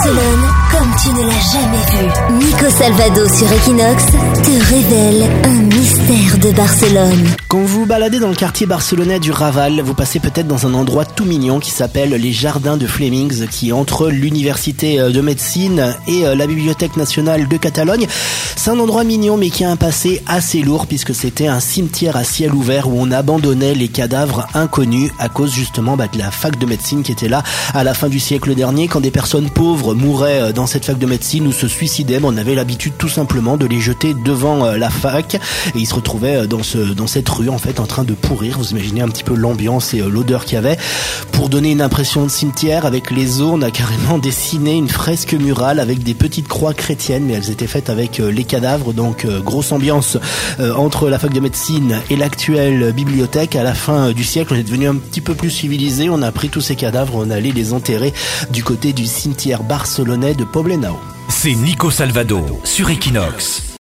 Barcelone comme tu ne l'as jamais vu. Nico Salvado sur Equinox te révèle un mystère de Barcelone. Quand vous vous baladez dans le quartier barcelonais du Raval, vous passez peut-être dans un endroit tout mignon qui s'appelle les Jardins de Flemings, qui est entre l'université de médecine et la Bibliothèque nationale de Catalogne. C'est un endroit mignon mais qui a un passé assez lourd puisque c'était un cimetière à ciel ouvert où on abandonnait les cadavres inconnus à cause justement de la fac de médecine qui était là à la fin du siècle dernier. Quand des personnes pauvres mouraient dans cette fac de médecine ou se suicidaient, on avait l'habitude tout simplement de les jeter devant la fac et ils se retrouvaient dans cette rue en fait en train de pourrir. Vous imaginez un petit peu l'ambiance et l'odeur qu'il y avait. Pour donner une impression de cimetière, avec les os, on a carrément dessiné une fresque murale avec des petites croix chrétiennes, mais elles étaient faites avec les cadavres, donc grosse ambiance entre la fac de médecine et l'actuelle bibliothèque. À la fin du siècle, on est devenu un petit peu plus civilisé, on a pris tous ces cadavres, on allait les enterrer du côté du cimetière barcelonais de Poblenou. C'est Nico Salvado sur Equinox.